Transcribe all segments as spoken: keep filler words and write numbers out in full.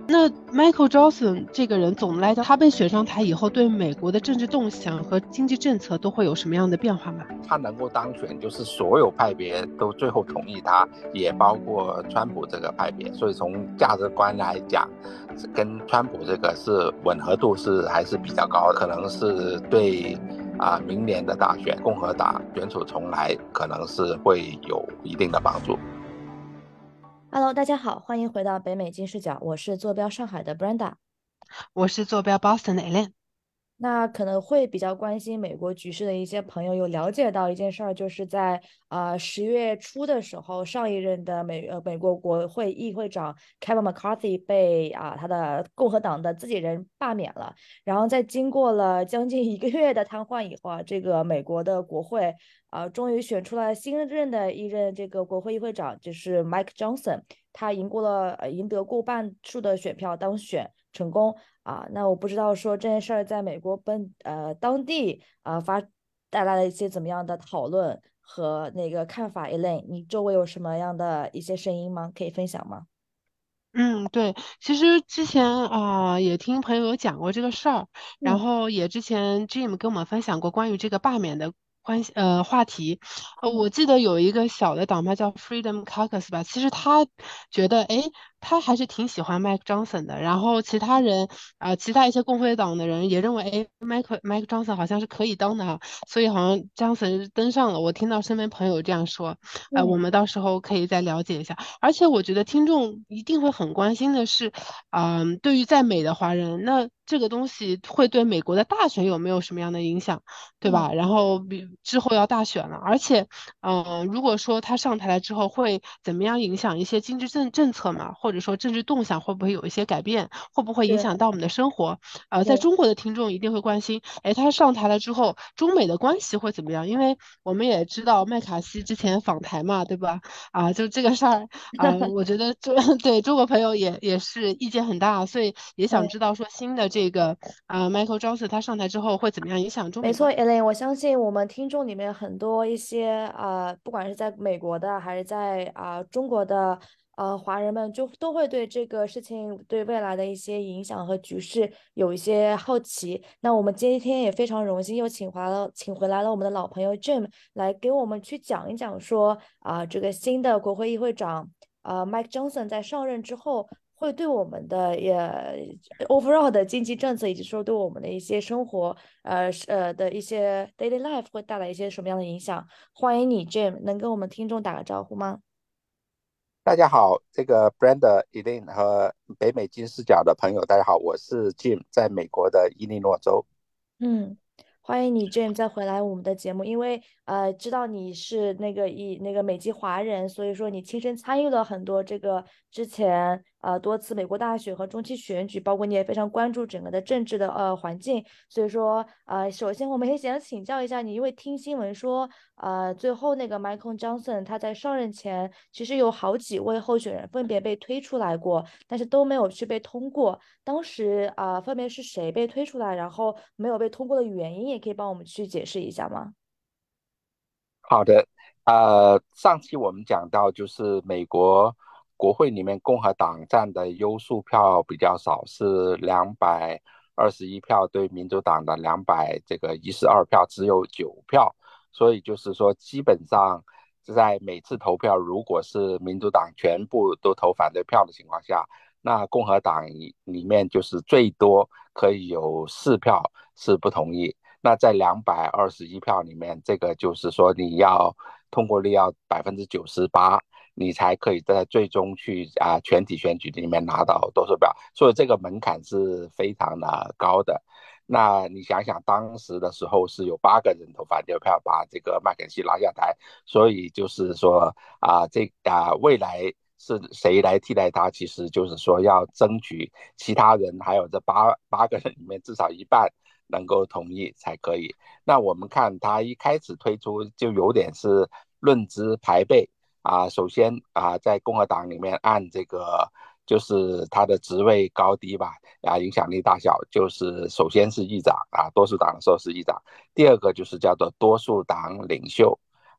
那 Michael Johnson 这个人，总的来讲，他被选上台以后，对美国的政治动向和经济政策都会有什么样的变化吗？ 他能够当选，就是所有派别都最后同意他，也包括川普这个派别。所以从价值观来讲，跟川普这个是吻合度是还是比较高的，可能是对啊、呃明年的大选共和党卷土重来，可能是会有一定的帮助。 Hello，大家好，欢迎回到北美金视角，我是坐标上海的 Brenda。 我是坐标 Boston 的 Elaine。 那可能会比较关心美国局势的一些朋友有了解到一件事儿，就是在呃十月初的时候，上一任的美呃美国国会议会长 Kevin McCarthy 被啊、他的共和党的自己人罢免了。然后在经过了将近一个月的瘫痪以后啊，这个美国的国会啊、终于选出了新任的一任这个国会议会长，就是 Mike Johnson。他赢过了呃赢得过半数的选票当选成功。啊，那我不知道说这件事儿在美国本呃当地啊发带来了一些怎么样的讨论和那个看法？Elaine，你周围有什么样的一些声音吗？可以分享吗？ 嗯，对，其实之前啊、也听朋友有讲过这个事儿，然嗯后也之前 Jim 跟我们分享过关于这个罢免的关系呃话题。呃， 嗯我记得有一个小的党派叫 Freedom Caucus 吧，其实他觉得，诶，他还是挺喜欢 Mike Johnson 的，然后其他人啊、其他一些共和党的人也认为，诶，Mike Mike Johnson 好像是可以当的哈，所以好像 Johnson 登上了。我听到身边朋友这样说，呃，我嗯， 们到时候可以再了解一下。而且我觉得听众一定会很关心的是，嗯、对于在美的华人，那这个东西会对美国的大选有没有什么样的影响，对嗯， 吧？然后比之后要大选了，而且，嗯、如果说他上台了之后会怎么样影响一些经济政政策嘛，或者说政治动向会不会有一些改变，会不会影响对到我们的生活？呃，在对。 中国的听众一定会关心，哎，他上台了之后，中美的关系会怎么样？因为我们也知道麦卡锡之前访台嘛，对吧？啊，就这个事儿，啊，我觉得中对中国朋友也也是意见很大，所以也想知对。 道说新的这个啊 Michael Johnson 他上台之后会怎么样影响中没错美关系？ ，Elaine，我相信我们听众里面很多一些呃，不管是在美国的还是在啊、中国的呃华人们，就都会对这个事情对未来的一些影响和局势有一些好奇。那我们今天也非常荣幸又请回来了，请回来了我们的老朋友 Jim 来给我们去讲一讲说啊、这个新的国会议会长啊 Mike Johnson 在上任之后。会对我们的也 overall 的经济政策，以及说对我们的一些生活呃是呃的一些 daily life 会带来一些什么样的影响？欢迎你，Jim，能跟我们听众打个招呼吗？ 大家好，这个 Brenda、Elaine 和北美金视角的朋友，大家好，我是 Jim，在美国的伊利诺州。 嗯，欢迎你，Jane，再回来我们的节目。因为呃，知道你是那个以那个美籍华人，所以说你亲身参与了很多这个之前呃多次美国大选和中期选举，包括你也非常关注整个的政治的呃环境。所以说呃，首先我们也想请教一下你，因为听新闻说呃最后那个 Michael Johnson 他在上任前其实有好几位候选人分别被推出来过，但是都没有去被通过。当时啊、呃分别是谁被推出来，然后没有被通过的原因，也可以帮我们去解释一下吗？ 好的，呃，上期我们讲到，就是美国国会里面共和党占的优数票比较少，是两百二十一票对民主党的两百这个一十二票，只有九票，所以就是说，基本上在每次投票，如果是民主党全部都投反对票的情况下，那共和党里面就是最多可以有四票是不同意。那在两百二十一票里面，这个就是说你要通过率要百分之九十八，你才可以在最终去啊全体选举里面拿到多数票，所以这个门槛是非常的高的。那你想想，当时的时候是有八个人投反对票把这个麦肯锡拉下台，所以就是说啊，这啊未来是谁来替代他，其实就是说要争取其他人，还有这八八个人里面至少一半能够同意才可以。那我们看他一开始推出就有点是论资排辈啊，首先啊，在共和党里面按这个就是他的职位高低吧，啊，影响力大小，就是首先是议长啊，多数党的时候是议长，第二个就是叫做多数党领袖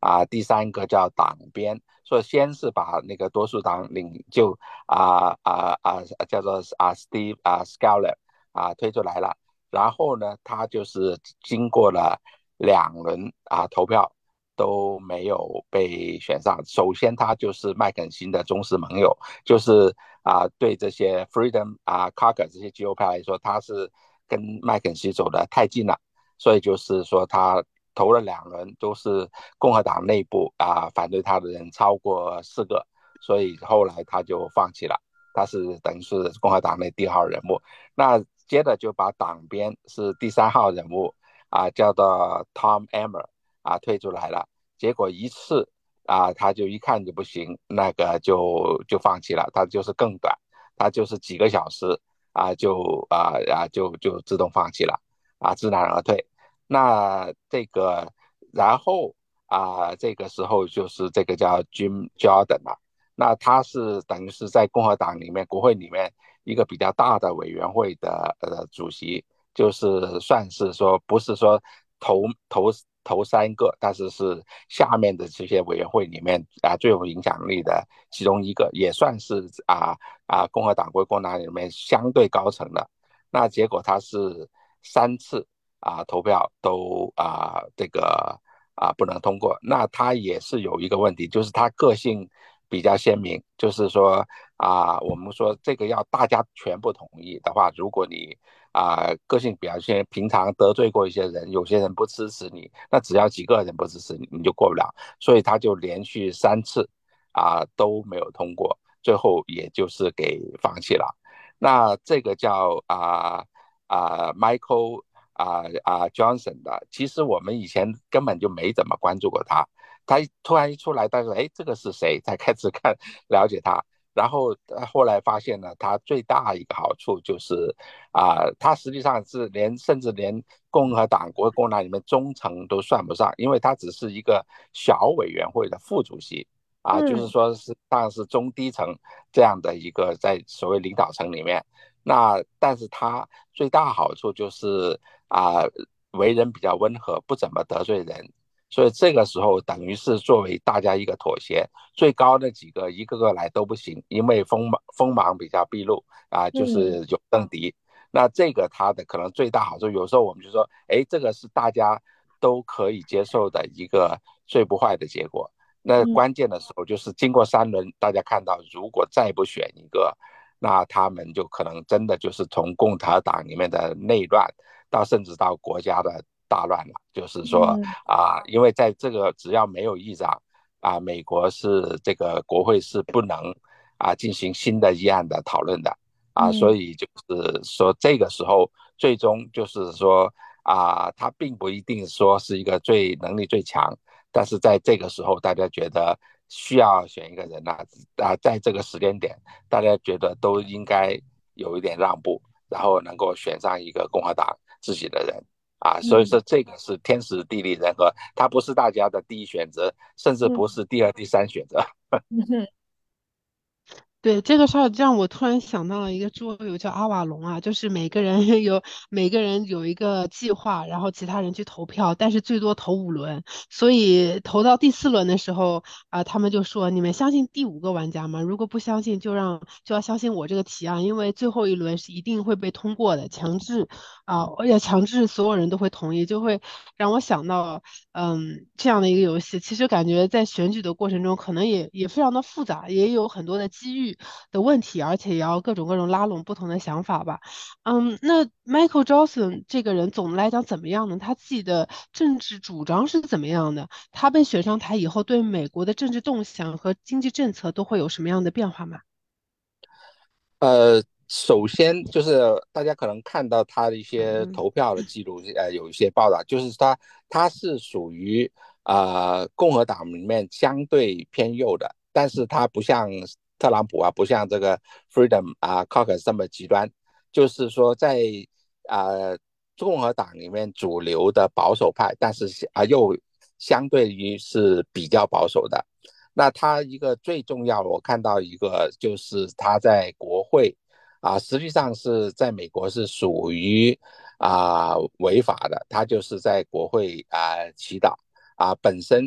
啊，第三个叫党鞭，所以先是把那个多数党领袖啊啊啊叫做啊 Steve 啊 Scalise 啊推出来了，然后呢，他就是经过了两轮啊投票都没有被选上。首先，他就是麦肯锡的忠实盟友，就是啊对这些 Freedom 啊 Caucus 这些极右派来说，他是跟麦肯锡走的太近了，所以就是说他投了两轮都是共和党内部啊反对他的人超过四个，所以后来他就放弃了。他是等于是共和党内第二号人物。那接着就把党鞭是第三号人物啊，叫做 Tom Emmer 啊推出来了。结果一次啊，他就一看就不行，那个就就放弃了。他就是更短，他就是几个小时啊，就啊啊就就自动放弃了啊，知难而退。那这个然后啊，这个时候就是这个叫 Jim Jordan 了。那他是等于是在共和党里面国会里面一个比较大的委员会的呃主席，就是算是说不是说头头头三个，但是是下面的这些委员会里面啊最有影响力的其中一个，也算是啊啊共和党国会共和党里面相对高层的。那结果他是三次啊投票都啊这个啊不能通过。那他也是有一个问题，就是他个性比较鲜明，就是说啊，我们说这个要大家全部同意的话，如果你啊个性表现平常得罪过一些人，有些人不支持你，那只要几个人不支持你，你就过不了。所以他就连续三次啊都没有通过，最后也就是给放弃了。那这个叫啊啊 Michael 啊啊 Johnson 的，其实我们以前根本就没怎么关注过他。他突然一出来，但是哎，这个是谁？才开始看了解他。然后后来发现呢，他最大一个好处就是啊、呃他实际上是连甚至连共和党国会共和党里面中层都算不上，因为他只是一个小委员会的副主席啊，就是嗯说是当然是中低层这样的一个在所谓领导层里面。那但是他最大好处就是啊、为人比较温和，不怎么得罪人。所以这个时候等于是作为大家一个妥协，最高的几个一个个来都不行，因为锋芒锋芒比较毕露啊，就嗯是有政敌。那这个它的可能最大好处，有时候我们就说，哎，这个是大家都可以接受的一个最不坏的结果。那嗯关键的时候就是经过三轮，大家看到如果再不选一个，那他们就可能真的就是从共和党里面的内乱，到甚至到国家的大乱了。就是说嗯啊，因为在这个只要没有议长啊，美国是这个国会是不能啊进行新的议案的讨论的啊，所嗯以就是说这个时候最终就是说啊，他并不一定说是一个最能力最强，但是在这个时候大家觉得需要选一个人呐啊，在这个时间点，大家觉得都应该有一点让步，然后能够选上一个共和党自己的人。啊，所以说嗯这个是天时地利人和，它不是大家的第一选择，甚至不嗯是第二、第三选择。 嗯对这个事儿，让我突然想到了一个桌游叫阿瓦隆啊，就是每个人有每个人有一个计划，然后其他人去投票，但是最多投五轮，所以投到第四轮的时候啊、他们就说你们相信第五个玩家吗？如果不相信，就让就要相信我这个提案，因为最后一轮是一定会被通过的，强制啊，而且强制所有人都会同意，就会让我想到嗯这样的一个游戏。其实感觉在选举的过程中，可能也也非常的复杂，也有很多的机遇的问题，而且也要各种各种拉拢不同的想法吧。嗯，那 Michael Johnson 这个人总的来讲怎么样呢？他自己的政治主张是怎么样的？他被选上台以后，对美国的政治动向和经济政策都会有什么样的变化吗？ 呃，首先就是大家可能看到他的一些嗯投票的记录，呃，有一些报道，就是他他是属于呃共和党里面相对偏右的，但是他不像特朗普啊，不像这个 Freedom 啊 Caucus 这么极端，就是说在呃共和党里面主流的保守派，但是啊又相对于是比较保守的。那他一个最重要的，我看到一个就是他在国会啊，实际上是在美国是属于啊违法的，他就是在国会啊祈祷啊，本身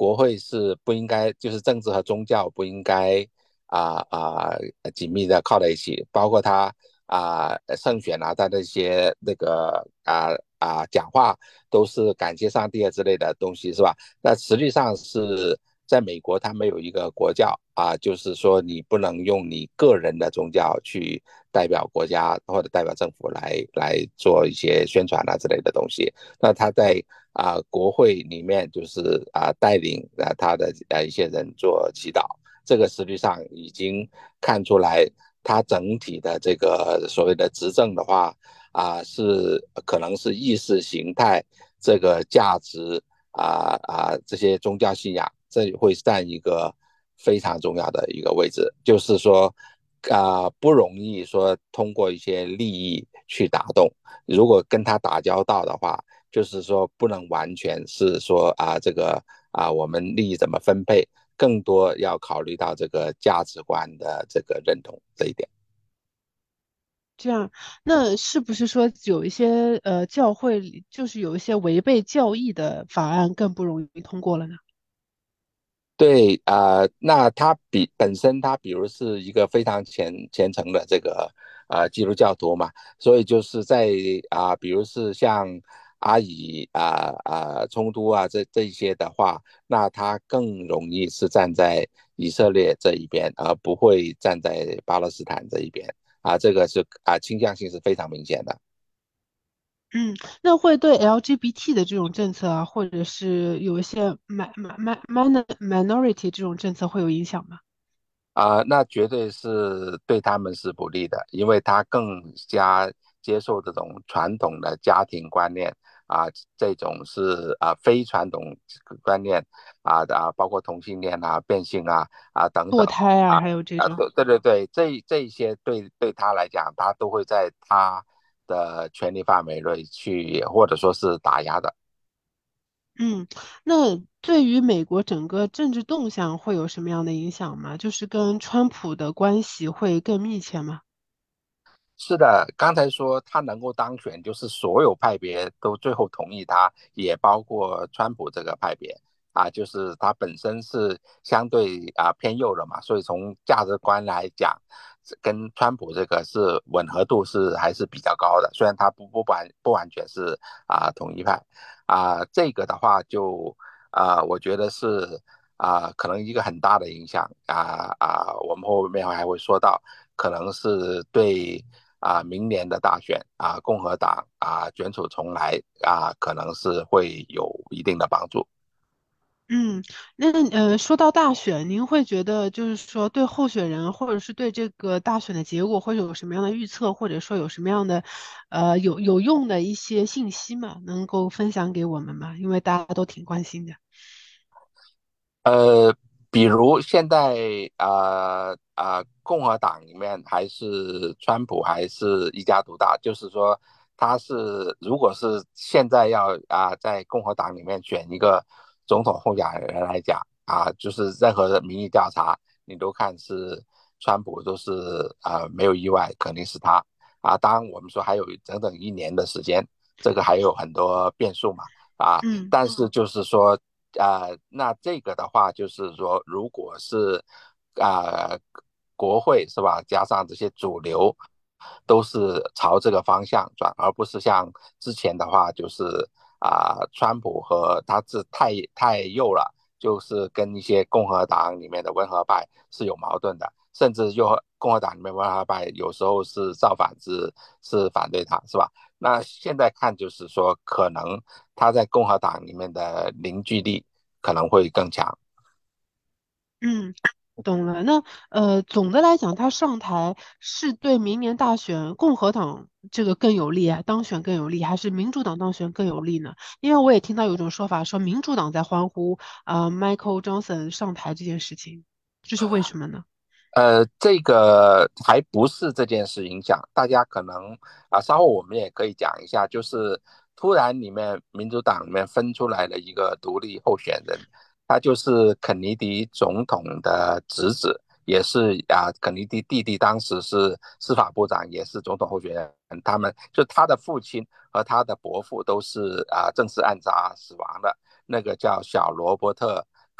国会是不应该，就是政治和宗教不应该啊啊、紧密的靠在一起，包括他啊、胜选啊，他那些那个啊啊讲话都是感谢上帝啊之类的东西是吧？那实际上是在美国，它没有一个国教啊，就是说你不能用你个人的宗教去代表国家或者代表政府来来做一些宣传啊之类的东西。那他在啊、国会里面就是啊、带领啊他的呃一些人做祈祷，这个实际上已经看出来，他整体的这个所谓的执政的话啊、是可能是意识形态这个价值啊啊这些宗教信仰，这会占一个非常重要的一个位置，就是说。啊、不容易说通过一些利益去打动。如果跟他打交道的话，就是说不能完全是说啊这个啊我们利益怎么分配，更多要考虑到这个价值观的这个认同这一点。 这样，那是不是说有一些呃教会里就是有一些违背教义的法案更不容易通过了呢？ 对啊、呃那他比本身他比如是一个非常虔虔诚的这个呃基督教徒嘛，所以就是在啊、呃比如是像阿以啊啊、冲突啊这这一些的话，那他更容易是站在以色列这一边，而不会站在巴勒斯坦这一边啊、这个是啊、倾向性是非常明显的。 嗯，那会对 L G B T 的这种政策啊，或者是有一些 min min min minority 这种政策会有影响吗？ 啊、呃那绝对是对他们是不利的，因为他更加接受这种传统的家庭观念啊、这种是啊、非传统观念啊啊，包括同性恋啊、变性啊啊等等堕胎啊， 啊还有这啊， 种。 对对对对，这这一些对对他来讲，他都会在他的权利范围内去，或者说是打压的。 嗯，那对于美国整个政治动向会有什么样的影响吗？就是跟川普的关系会更密切吗？ 是的，刚才说他能够当选，就是所有派别都最后同意他，也包括川普这个派别啊，就是他本身是相对啊偏右的嘛，所以从价值观来讲，跟川普这个是吻合度是还是比较高的，虽然他不不完不完全是啊统一派啊，这个的话就啊我觉得是啊可能一个很大的影响啊啊，我们后面还会说到。可能是对啊、明年的大选啊、共和党啊、卷土重来啊、可能是会有一定的帮助。 嗯，那呃，说到大选，您会觉得就是说对候选人或者是对这个大选的结果会有什么样的预测，或者说有什么样的呃有有用的一些信息吗？能够分享给我们吗？因为大家都挺关心的。 呃，比如现在啊啊、呃呃共和党里面还是川普还是一家独大，就是说他是如果是现在要啊、在共和党里面选一个总统候选人来讲啊、就是任何的民意调查你都看是川普都是啊、没有意外肯定是他啊。当然我们说还有整整一年的时间，这个还有很多变数嘛。啊， 嗯。 但是就是说，呃，那这个的话，就是说，如果是啊、国会是吧，加上这些主流都是朝这个方向转，而不是像之前的话，就是啊、川普和他是太太右了，就是跟一些共和党里面的温和派是有矛盾的，甚至又共和党里面温和派有时候是造反是是反对他，是吧？那现在看就是说，可能他在共和党里面的凝聚力可能会更强。 嗯，懂了。那呃，总的来讲，他上台是对明年大选共和党这个更有利啊，当选更有利，还是民主党当选更有利呢？因为我也听到有一种说法，说民主党在欢呼啊、呃 Michael Johnson 上台这件事情，这是为什么呢？ 呃，这个还不是这件事影响，大家可能啊，稍后我们也可以讲一下，就是突然里面民主党里面分出来了一个独立候选人，他就是肯尼迪总统的侄子，也是啊，肯尼迪弟弟当时是司法部长，也是总统候选人，他们就他的父亲和他的伯父都是啊正式暗杀死亡的，那个叫小罗伯特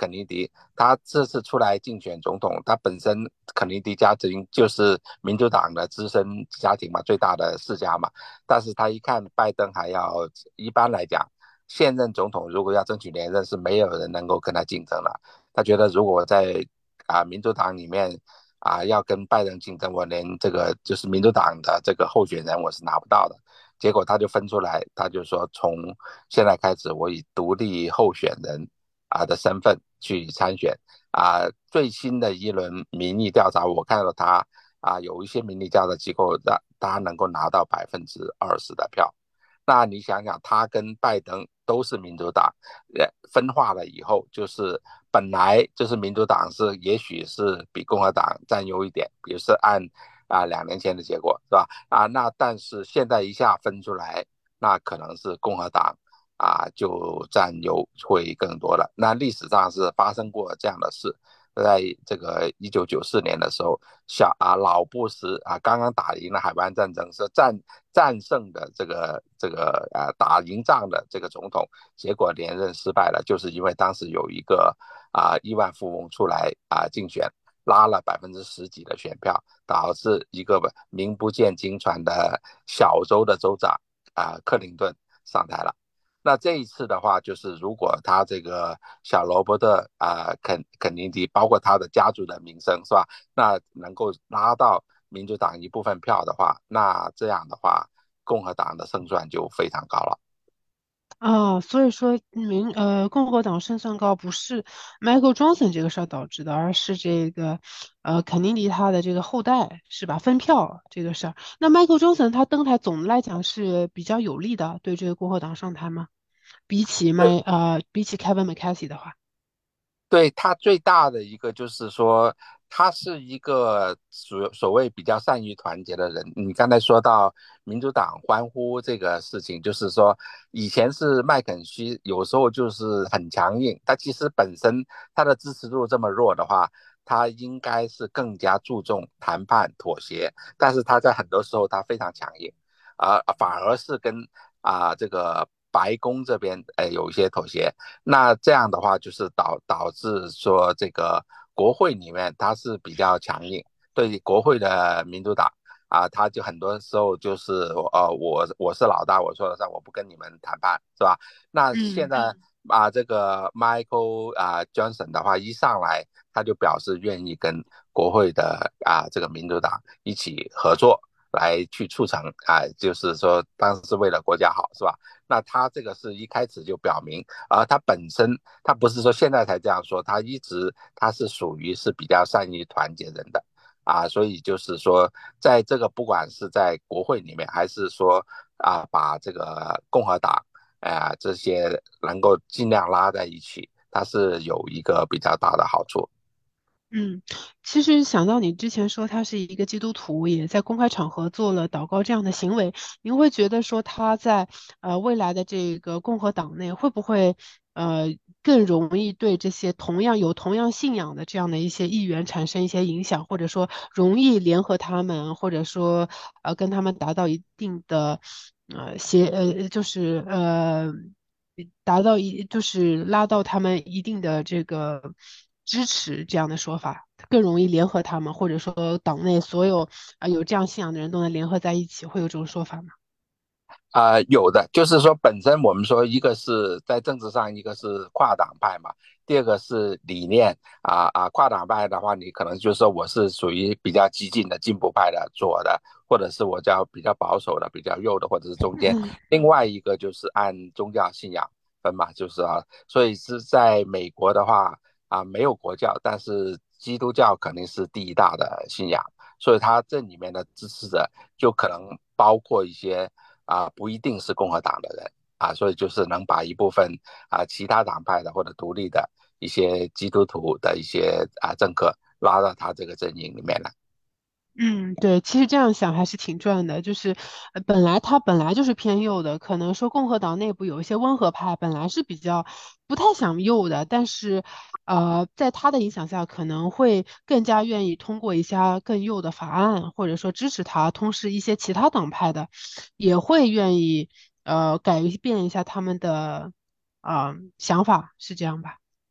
肯尼迪，他这次出来竞选总统，他本身肯尼迪家庭就是民主党的资深家庭嘛，最大的世家嘛。但是他一看拜登还要，一般来讲，现任总统如果要争取连任，是没有人能够跟他竞争了。他觉得如果在啊民主党里面啊要跟拜登竞争，我连这个就是民主党的这个候选人我是拿不到的。结果他就分出来，他就说从现在开始，我以独立候选人啊的身份去参选啊。最新的一轮民意调查，我看到他啊有一些民意调查机构让他能够拿到百分之二十的票。那你想想，他跟拜登都是民主党，分化了以后，就是本来就是民主党是也许是比共和党占优一点，比如是按啊两年前的结果是吧？啊，那但是现在一下分出来，那可能是共和党啊就占优会更多了。那历史上是发生过这样的事，在这个一九九四年的时候，小啊老布什啊刚刚打赢了海湾战争，是战战胜的这个这个啊打赢仗的这个总统，结果连任失败了，就是因为当时有一个啊亿万富翁出来啊竞选，拉了百分之十几的选票，导致一个名不见经传的小州的州长啊克林顿上台了。那这一次的话，就是如果他这个小罗伯特啊肯肯尼迪，包括他的家族的名声是吧？那能够拉到民主党一部分票的话，那这样的话，共和党的胜算就非常高了。 啊，所以说民呃共和党胜算高不是 Michael Johnson 这个事儿导致的，而是这个呃肯尼迪他的这个后代是吧？分票这个事儿。那 Michael Johnson 他登台总的来讲是比较有利的，对这个共和党上台吗？比起麦呃比起 Kevin McCarthy 的话。 对，他最大的一个就是说，他是一个所所谓比较善于团结的人。你刚才说到民主党欢呼这个事情，就是说以前是麦肯锡有时候就是很强硬，他其实本身他的支持度这么弱的话，他应该是更加注重谈判妥协，但是他在很多时候他非常强硬，啊、呃反而是跟啊、呃这个白宫这边呃有一些妥协。那这样的话，就是导导致说这个国会里面它是比较强硬，对国会的民主党啊，他就很多时候就是呃我我是老大，我说了算，我不跟你们谈判，是吧？那现嗯。 在啊，这个 Michael 啊 Johnson 的话一上来，他就表示愿意跟国会的啊这个民主党一起合作。来去促成啊，就是说当时是为了国家好，是吧？那他这个是一开始就表明，而他本身他不是说现在才这样说，他一直他是属于是比较善于团结人的啊，所以就是说，在这个不管是在国会里面，还是说啊把这个共和党啊这些能够尽量拉在一起，它是有一个比较大的好处。 嗯，其实想到你之前说他是一个基督徒，也在公开场合做了祷告这样的行为，您会觉得说他在呃未来的这个共和党内会不会呃更容易对这些同样有同样信仰的这样的一些议员产生一些影响，或者说容易联合他们，或者说呃跟他们达到一定的呃协呃就是呃达到一就是拉到他们一定的这个支持这样的说法，更容易联合他们，或者说党内所有啊、呃有这样信仰的人都能联合在一起，会有这种说法吗？ 啊、呃有的，就是说本身我们说一个是在政治上，一个是跨党派嘛，第二个是理念啊啊，跨党派的话，你可能就是说我是属于比较激进的进步派的左的，或者是我叫比较保守的、比较右的，或者是中间。另外一个就是按宗教信仰分嘛，就是啊，所以是在美国的话啊，没有国教，但是基督教肯定是第一大的信仰，所以他这里面的支持者就可能包括一些。啊，不一定是共和党的人啊，所以就是能把一部分啊其他党派的或者独立的一些基督徒的一些啊政客拉到他这个阵营里面来。 嗯，对，其实这样想还是挺赚的，就是呃本来他本来就是偏右的，可能说共和党内部有一些温和派，本来是比较不太想右的，但是呃，在他的影响下，可能会更加愿意通过一些更右的法案，或者说支持他，同时一些其他党派的也会愿意呃改变一下他们的啊、想法，是这样吧？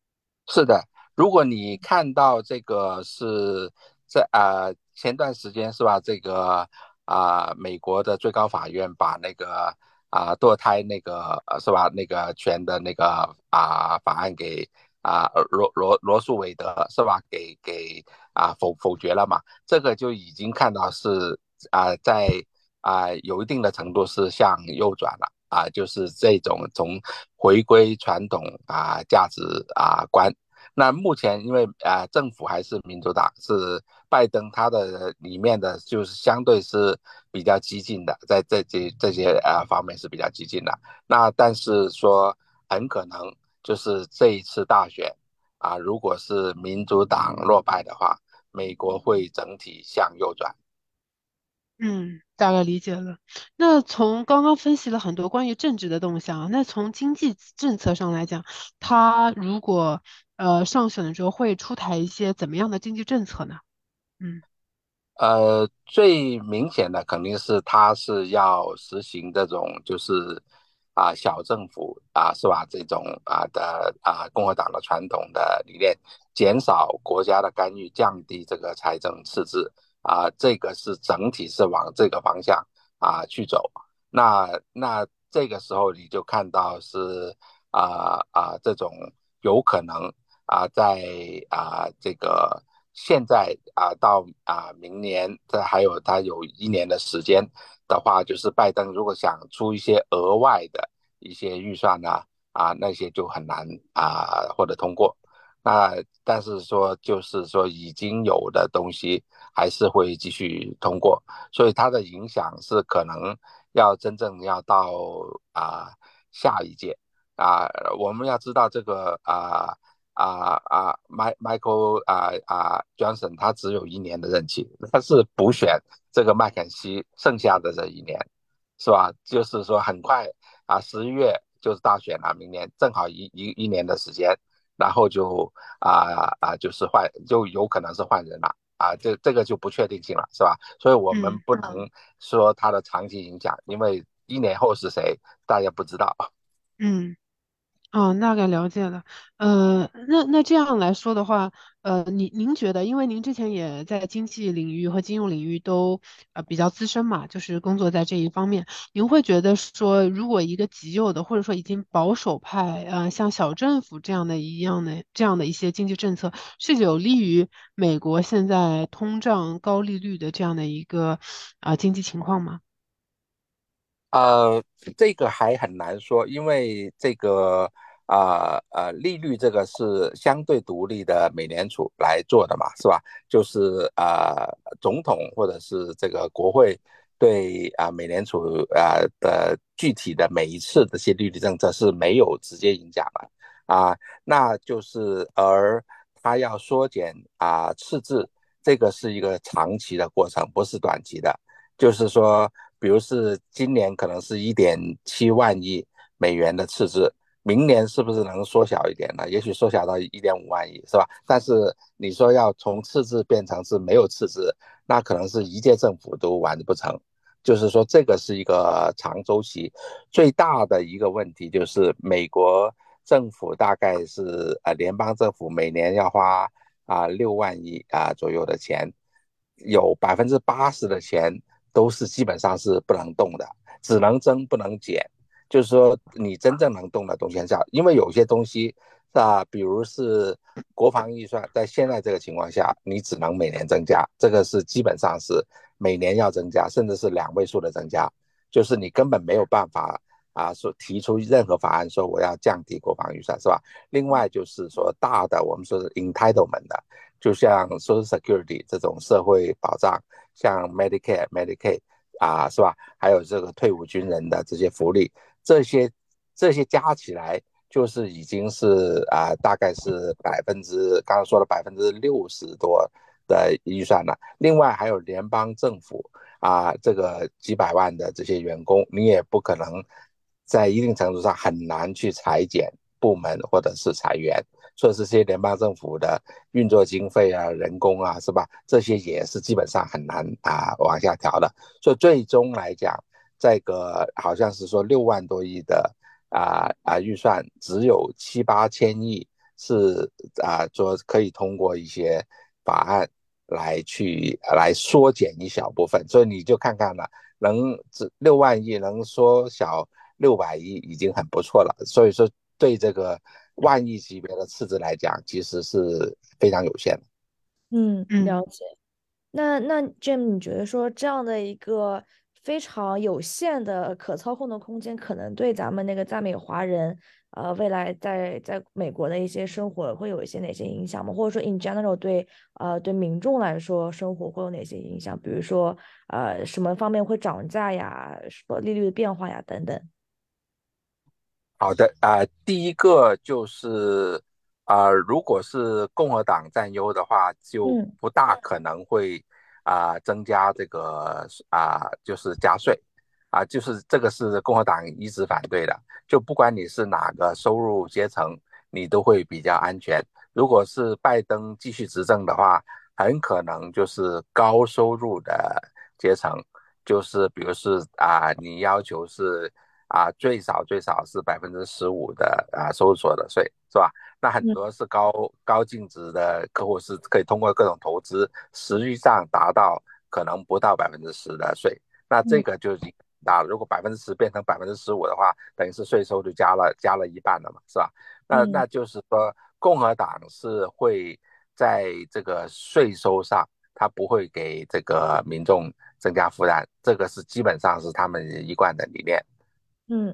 是的，如果你看到这个是在呃前段时间是吧，这个啊、呃美国的最高法院把那个啊、堕胎那个呃是吧那个权的那个啊、法案给啊、罗罗罗素韦德是吧给给啊、否否决了嘛，这个就已经看到是啊、在啊、有一定的程度是向右转了。啊，就是这种从回归传统啊价值啊观。那目前因为啊、呃政府还是民主党，是拜登他的里面的就是相对是比较激进的，在这些这些呃方面是比较激进的。那但是说很可能就是这一次大选啊，如果是民主党落败的话，美国会整体向右转。 嗯，大概理解了。那从刚刚分析了很多关于政治的动向，那从经济政策上来讲，他如果呃上选的时候会出台一些怎么样的经济政策呢？嗯呃，最明显的肯定是他是要实行这种就是啊、小政府啊是吧？这种啊的啊共和党的传统的理念，减少国家的干预，降低这个财政赤字啊，这个是整体是往这个方向啊去走。那那这个时候你就看到是啊啊这种有可能啊在啊这个现在啊到啊明年，这还有他有一年的时间的话，就是拜登如果想出一些额外的一些预算呢，啊那些就很难啊获得通过。那但是说就是说已经有的东西还是会继续通过，所以它的影响是可能要真正要到啊下一届啊，我们要知道这个啊啊啊，Mike Michael 啊啊 Johnson 他只有一年的任期，他是补选这个麦肯锡剩下的这一年，是吧？就是说很快啊，十一月就是大选了，明年正好一一一年的时间，然后就啊啊就是换，就有可能是换人了。啊，这这个就不确定性了，是吧？所以我们嗯不能说它的长期影响，因为一年后是谁，大家不知道。 嗯。哦，大概了解了。呃，那那这样来说的话，呃，您您觉得，因为您之前也在经济领域和金融领域都呃比较资深嘛，就是工作在这一方面，您会觉得说，如果一个极右的或者说已经保守派，呃，像小政府这样的一样的这样的一些经济政策，是有利于美国现在通胀高利率的这样的一个啊、呃经济情况吗？ 呃，这个还很难说，因为这个啊呃，呃利率这个是相对独立的美联储来做的嘛，是吧？就是啊、呃总统或者是这个国会对啊、呃美联储啊、呃的具体的每一次这些利率政策是没有直接影响的啊、那就是而它要缩减啊、赤字，这个是一个长期的过程，不是短期的。就是说，比如是今年可能是一点七万亿美元的赤字，明年是不是能缩小一点呢？也许缩小到一点五万亿，是吧？但是你说要从赤字变成是没有赤字，那可能是一届政府都完不成。就是说，这个是一个长周期，最大的一个问题就是美国政府大概是呃联邦政府每年要花啊六万亿啊左右的钱，有百分之八十的钱都是基本上是不能动的，只能增不能减。就是说，你真正能动的东西很少，因为有些东西啊，比如是国防预算，在现在这个情况下，你只能每年增加，这个是基本上是每年要增加，甚至是两位数的增加，就是你根本没有办法啊，说提出任何法案说我要降低国防预算，是吧？另外就是说大的，我们说是 entitlement 的，就像 Social Security 这种社会保障，像 Medicare、Medicaid 啊，是吧？还有这个退伍军人的这些福利，这些这些加起来就是已经是啊，大概是百分之刚刚说的百分之六十多的预算了。另外还有联邦政府啊，这个几百万的这些员工，你也不可能在一定程度上很难去裁减部门或者是裁员。所以这些联邦政府的运作经费啊、人工啊，是吧？这些也是基本上很难啊往下调的。所以最终来讲，这个好像是说六万多亿的啊啊预算，只有七八千亿是啊，说可以通过一些法案来去来缩减一小部分，所以你就看看了，能六万亿能缩小六百亿已经很不错了，所以说对这个万亿级别的赤字来讲，其实是非常有限的。 嗯，了嗯。 解。那那 Jim，你觉得说这样的一个非常有限的可操控的空间，可能对咱们那个在美华人，呃，未来在在美国的一些生活会有一些哪些影响吗？或者说 in general 对呃对民众来说，生活会有哪些影响？比如说呃什么方面会涨价呀，什么利率的变化呀等等。 好的，啊、呃第一个就是啊、呃如果是共和党占优的话，就嗯不大可能会啊、增加这个啊、就是加税啊、就是这个是共和党一直反对的，就不管你是哪个收入阶层，你都会比较安全。如果是拜登继续执政的话，很可能就是高收入的阶层，就是比如是啊、你要求是啊，最少最少是百分之十五的啊收入所得税，是吧？那很嗯多是高高净值的客户是可以通过各种投资，实际上达到可能不到百分之十的税。那这嗯个就已经大了。如果百分之十变成百分之十五的话，等于是税收就加了加了一半了嘛，是吧？那嗯那就是说，共和党是会在这个税收上，他不会给这个民众增加负担，这个是基本上是他们一贯的理念。 嗯。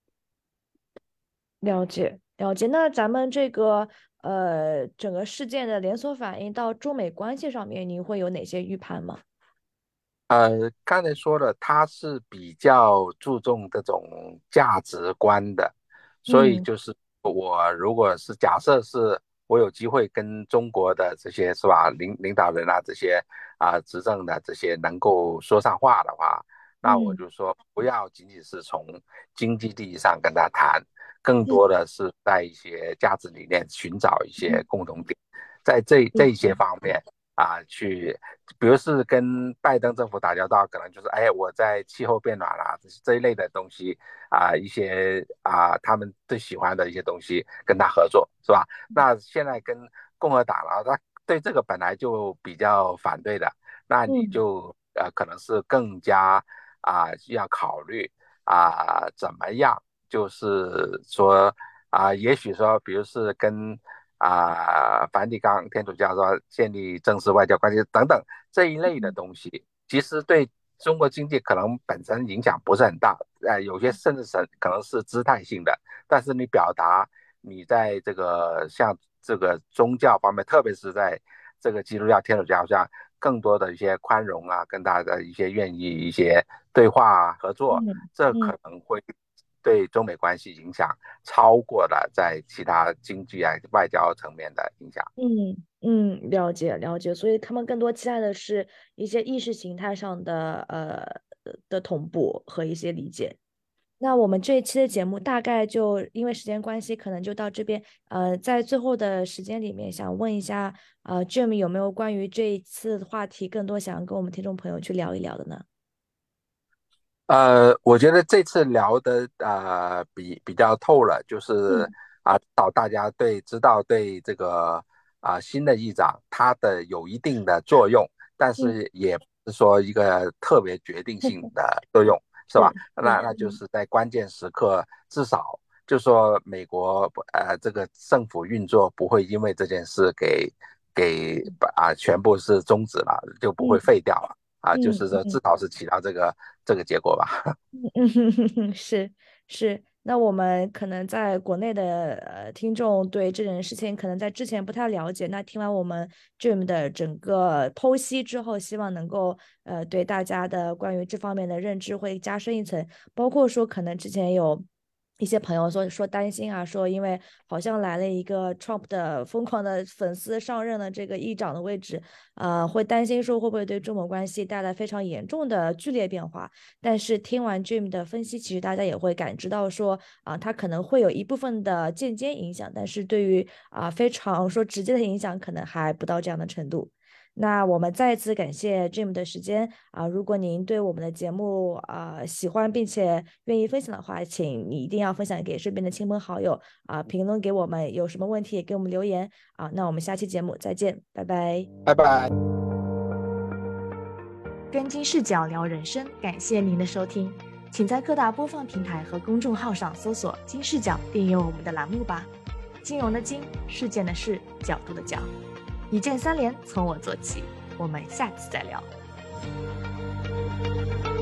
了解了解，那咱们这个呃整个事件的连锁反应到中美关系上面，您会有哪些预判吗？ 呃，刚才说了，他是比较注重这种价值观的，所以嗯就是我如果是假设是我有机会跟中国的这些是吧领领导人啊这些啊、执政的这些能够说上话的话，那我嗯就说不要仅仅是从经济利益上跟他谈，更嗯多的是在一些价值理念寻找一些嗯共同点，在这这些嗯方面。啊，去，比如是跟拜登政府打交道，可能就是哎，我在气候变暖啦这这一类的东西啊，一些啊他们最喜欢的一些东西跟他合作，是吧？那现在跟共和党了，他对这个本来就比较反对的，那你嗯就呃可能是更加啊要考虑啊怎么样，就是说啊，也许说，比如是跟啊、梵蒂冈天主教说建立正式外交关系等等这一类的东西，其实对中国经济可能本身影响不是很大，呃，有些甚至是可能是姿态性的，但是你表达你在这个像这个宗教方面，特别是在这个基督教、天主教上，更多的一些宽容啊，跟大家的一些愿意一些对话啊、合作， 嗯这嗯可能会对中美关系影响超过了在其他经济啊、外交层面的影响。 嗯嗯，了解了解，所以他们更多期待的是一些意识形态上的呃的同步和一些理解。那我们这一期的节目大概就因为时间关系，可能就到这边。呃，在最后的时间里面，想问一下，呃，Jim 有没有关于这一次话题更多想要跟我们听众朋友去聊一聊的呢？ 呃，我觉得这次聊的呃比比较透了，就是嗯啊，导大家对知道对这个啊新的议长他的有一定的作用，但嗯， 是也不是说一个特别决定性的作用，是吧？ 是那是， 那就是在关键时刻，至少就说美国呃这个政府运作不会因为这件事给给啊全部是终止了，就不会嗯废掉了。啊，就嗯是说至嗯少是起到这个这个结果吧。 嗯，是是，那我们可能在国内的呃听众对这件事情可能在之前不太了解，那听完我们 Jim 的整个剖析之后，希望能够呃对大家的关于这方面的认知会加深一层，包括说可能之前有一些朋友说说担心啊，说因为好像来了一个 Trump 的疯狂的粉丝上任了这个议长的位置，呃，会担心说会不会对中美关系带来非常严重的剧烈变化。但是听完 Jim 的分析，其实大家也会感知到说啊，它可能会有一部分的间接影响，但是对于啊非常说直接的影响，可能还不到这样的程度。 那我们再次感谢 Jim 的时间啊、如果您对我们的节目啊、喜欢并且愿意分享的话，请你一定要分享给身边的亲朋好友啊、评论给我们，有什么问题也给我们留言啊、那我们下期节目再见，拜拜。 拜拜。 跟金视角聊人生，感谢您的收听，请在各大播放平台和公众号上搜索金视角，订阅我们的栏目吧。金融的金，事件的事，角度的角，一键三连，从我做起。我们下次再聊。